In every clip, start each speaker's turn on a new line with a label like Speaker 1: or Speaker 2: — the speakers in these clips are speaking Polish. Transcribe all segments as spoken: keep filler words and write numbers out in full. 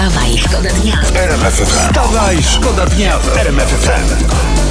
Speaker 1: Wstawaj, szkoda dnia w R M F F M.
Speaker 2: Wstawaj, szkoda dnia w R M F F M.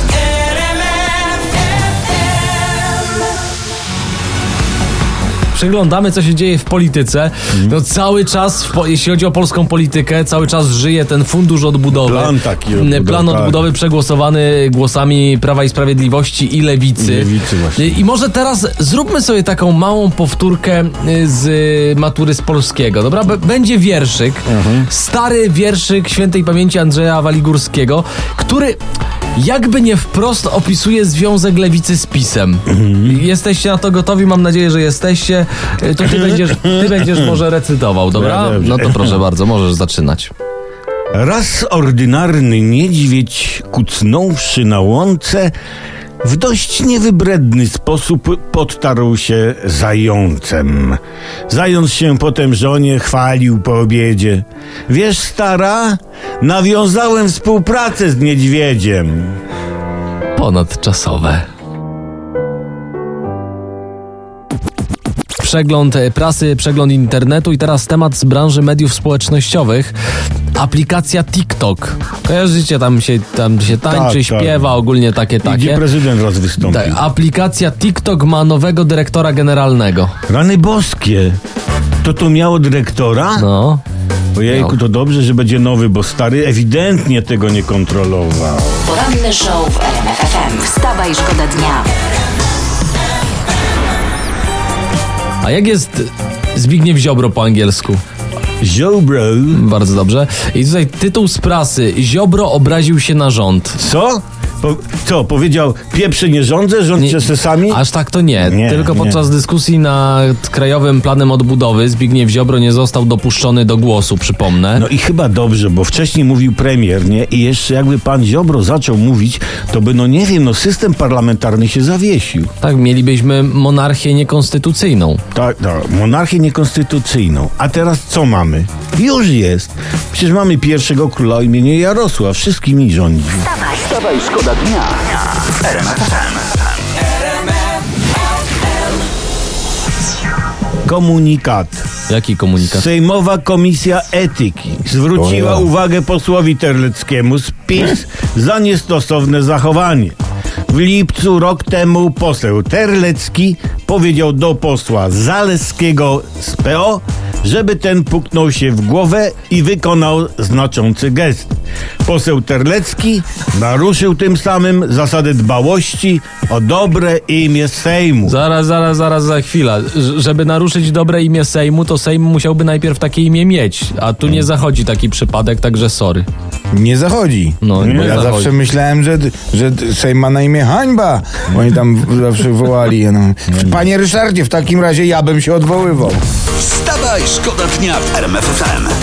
Speaker 3: Przeglądamy, co się dzieje w polityce. No cały czas, w, jeśli chodzi o polską politykę, cały czas żyje ten fundusz odbudowy.
Speaker 4: Plan taki odbudowy,
Speaker 3: Plan odbudowy
Speaker 4: tak.
Speaker 3: przegłosowany głosami Prawa i Sprawiedliwości i Lewicy.
Speaker 4: Lewicy właśnie.
Speaker 3: I może teraz zróbmy sobie taką małą powtórkę z matury z polskiego, dobra? B- będzie wierszyk,
Speaker 4: Mhm.
Speaker 3: stary wierszyk świętej pamięci Andrzeja Waligórskiego, który jakby nie wprost opisuje związek Lewicy z PiS-em.
Speaker 4: Mhm.
Speaker 3: Jesteście na to gotowi? Mam nadzieję, że jesteście. To ty będziesz, ty będziesz może recytował, dobra?
Speaker 4: Dobrze.
Speaker 3: No to proszę bardzo, możesz zaczynać.
Speaker 4: Raz ordynarny niedźwiedź, kucnąwszy na łące, w dość niewybredny sposób podtarł się zającem. Zając się potem żonie chwalił po obiedzie. Wiesz, stara, nawiązałem współpracę z niedźwiedziem.
Speaker 3: Ponadczasowe. Przegląd prasy, przegląd internetu i teraz temat z branży mediów społecznościowych. Aplikacja TikTok. Kojarzycie, tam się, tam się tańczy,
Speaker 4: Tak, tak.
Speaker 3: śpiewa, ogólnie takie,
Speaker 4: Gdzie
Speaker 3: takie.
Speaker 4: prezydent raz wystąpił.
Speaker 3: Tak, aplikacja TikTok ma nowego dyrektora generalnego.
Speaker 4: Rany boskie. To to miało dyrektora?
Speaker 3: No.
Speaker 4: Ojejku, to dobrze, że będzie nowy, bo stary ewidentnie tego nie kontrolował.
Speaker 1: Poranny show w R M F F M. Wstawaj, szkoda dnia.
Speaker 3: A jak jest Zbigniew Ziobro po angielsku?
Speaker 4: Ziobro.
Speaker 3: Bardzo dobrze. I tutaj tytuł z prasy. Ziobro obraził się na rząd.
Speaker 4: Co? Po, co, powiedział, pieprze nie rządzę, rządźcie se sami?
Speaker 3: Aż tak to nie.
Speaker 4: Nie,
Speaker 3: Tylko
Speaker 4: nie.
Speaker 3: podczas dyskusji nad Krajowym Planem Odbudowy Zbigniew Ziobro nie został dopuszczony do głosu, przypomnę.
Speaker 4: No i chyba dobrze, bo wcześniej mówił premier, nie? I jeszcze jakby pan Ziobro zaczął mówić, to by, no nie wiem, no system parlamentarny się zawiesił.
Speaker 3: Tak, mielibyśmy monarchię niekonstytucyjną.
Speaker 4: Tak, tak, monarchię niekonstytucyjną. A teraz co mamy? Już jest. Przecież mamy pierwszego króla o imieniu Jarosław. Wszystkimi rządzi.
Speaker 2: Wstawaj, szkoda dnia w R M F F M.
Speaker 4: Komunikat.
Speaker 3: Jaki komunikat?
Speaker 4: Sejmowa Komisja Etyki zwróciła uwagę posłowi Terleckiemu z PiS za niestosowne zachowanie. W lipcu rok temu poseł Terlecki powiedział do posła Zaleskiego z P O, żeby ten puknął się w głowę i wykonał znaczący gest. Poseł Terlecki naruszył tym samym zasadę dbałości o dobre imię Sejmu.
Speaker 3: Zaraz, zaraz, zaraz, za chwilę. Ż- żeby naruszyć dobre imię Sejmu, to Sejm musiałby najpierw takie imię mieć. A tu nie zachodzi taki przypadek, także sorry.
Speaker 5: Nie zachodzi.
Speaker 3: No, nie
Speaker 5: ja
Speaker 3: zachodzi.
Speaker 5: zawsze myślałem, że, że Sejm ma na imię Hańba. Oni tam zawsze wołali. No. Panie Ryszardzie, w takim razie ja bym się odwoływał.
Speaker 2: Wstawaj, szkoda dnia w R M F F M.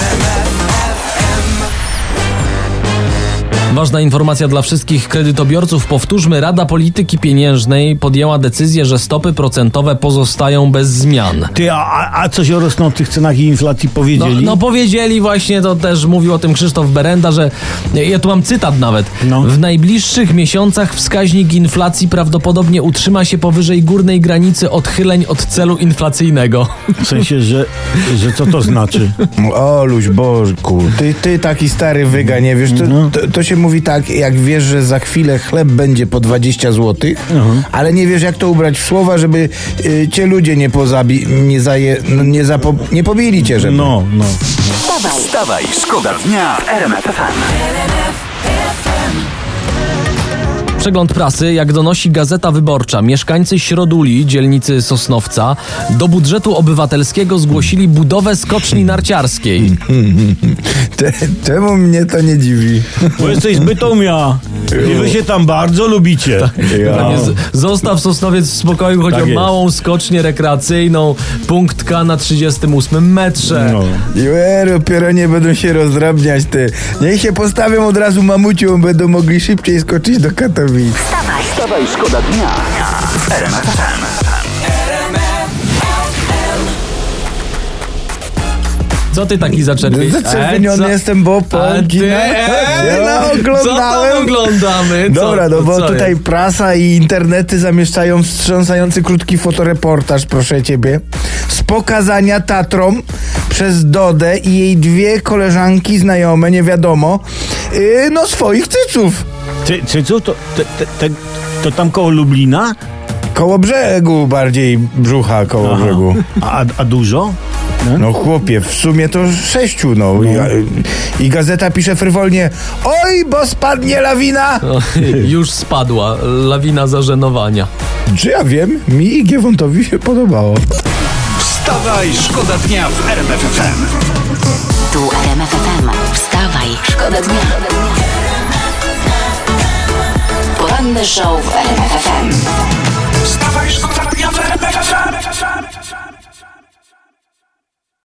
Speaker 3: Ważna informacja dla wszystkich kredytobiorców. Powtórzmy, Rada Polityki Pieniężnej podjęła decyzję, że stopy procentowe pozostają bez zmian.
Speaker 4: Ty, a, a a coś o rosnących cenach i inflacji
Speaker 3: No,
Speaker 4: powiedzieli?
Speaker 3: no powiedzieli właśnie, to też mówił o tym Krzysztof Berenda, że ja tu mam cytat nawet.
Speaker 4: No.
Speaker 3: W najbliższych miesiącach wskaźnik inflacji prawdopodobnie utrzyma się powyżej górnej granicy odchyleń od celu inflacyjnego.
Speaker 4: W sensie, że, że co to znaczy?
Speaker 5: O, Luś Bożku, ty, ty taki stary wyga, nie wiesz, to, to, to się mówi tak, jak wiesz, że za chwilę chleb będzie po dwadzieścia złotych, ale nie wiesz, jak to ubrać w słowa, żeby y, cię ludzie nie pozabi, nie zaje, no, nie, zapo, nie pobili cię, żeby...
Speaker 4: No, no.
Speaker 1: Wstawaj,
Speaker 2: Wstawaj, szkoda dnia w R M F F M.
Speaker 3: Przegląd prasy, jak donosi Gazeta Wyborcza, mieszkańcy Środuli, dzielnicy Sosnowca, do budżetu obywatelskiego zgłosili budowę skoczni narciarskiej.
Speaker 5: Te, czemu mnie to nie dziwi?
Speaker 4: Bo jesteś z Bytomia i wy się tam bardzo lubicie.
Speaker 3: Tam jest, zostaw Sosnowiec w spokoju, chodzi
Speaker 4: Tak
Speaker 3: o
Speaker 4: jest.
Speaker 3: małą skocznię rekreacyjną, punkt K na trzydziestym ósmym metrze.
Speaker 4: No.
Speaker 5: Łe, dopiero nie będą się rozdrabniać, ty. Niech się postawią od razu mamucią, będą mogli szybciej skoczyć do Katowic.
Speaker 2: Wstawaj, szkoda dnia w R M F F M.
Speaker 3: Co ty taki zaczerwień?
Speaker 5: Zaczerwieniony jestem, bo Polki.
Speaker 3: ty, e,
Speaker 5: no,
Speaker 3: Co
Speaker 5: oglądałem.
Speaker 3: tam oglądamy? Co,
Speaker 5: Dobra, no
Speaker 3: to
Speaker 5: bo
Speaker 3: co
Speaker 5: tutaj
Speaker 3: jest?
Speaker 5: prasa i internety zamieszczają wstrząsający krótki fotoreportaż, proszę ciebie. z pokazania Tatrom przez Dodę i jej dwie koleżanki znajome, nie wiadomo, yy, no swoich cyców.
Speaker 4: Czy, czy co? To, te, te, te, to tam koło Lublina?
Speaker 5: Koło brzegu bardziej, brzucha koło
Speaker 4: Aha.
Speaker 5: brzegu.
Speaker 4: A, a dużo?
Speaker 5: No chłopie, w sumie to sześciu, no. I, I gazeta pisze frywolnie: oj, bo spadnie lawina!
Speaker 3: No, już spadła lawina zażenowania.
Speaker 5: Czy ja wiem? Mi i Giewontowi się podobało.
Speaker 2: Wstawaj, szkoda dnia w R M F F M.
Speaker 1: Tu R M F F M. Wstawaj, szkoda dnia. Poranny show w R M F F M.
Speaker 2: Wstawaj, szkoda dnia w R M F F M.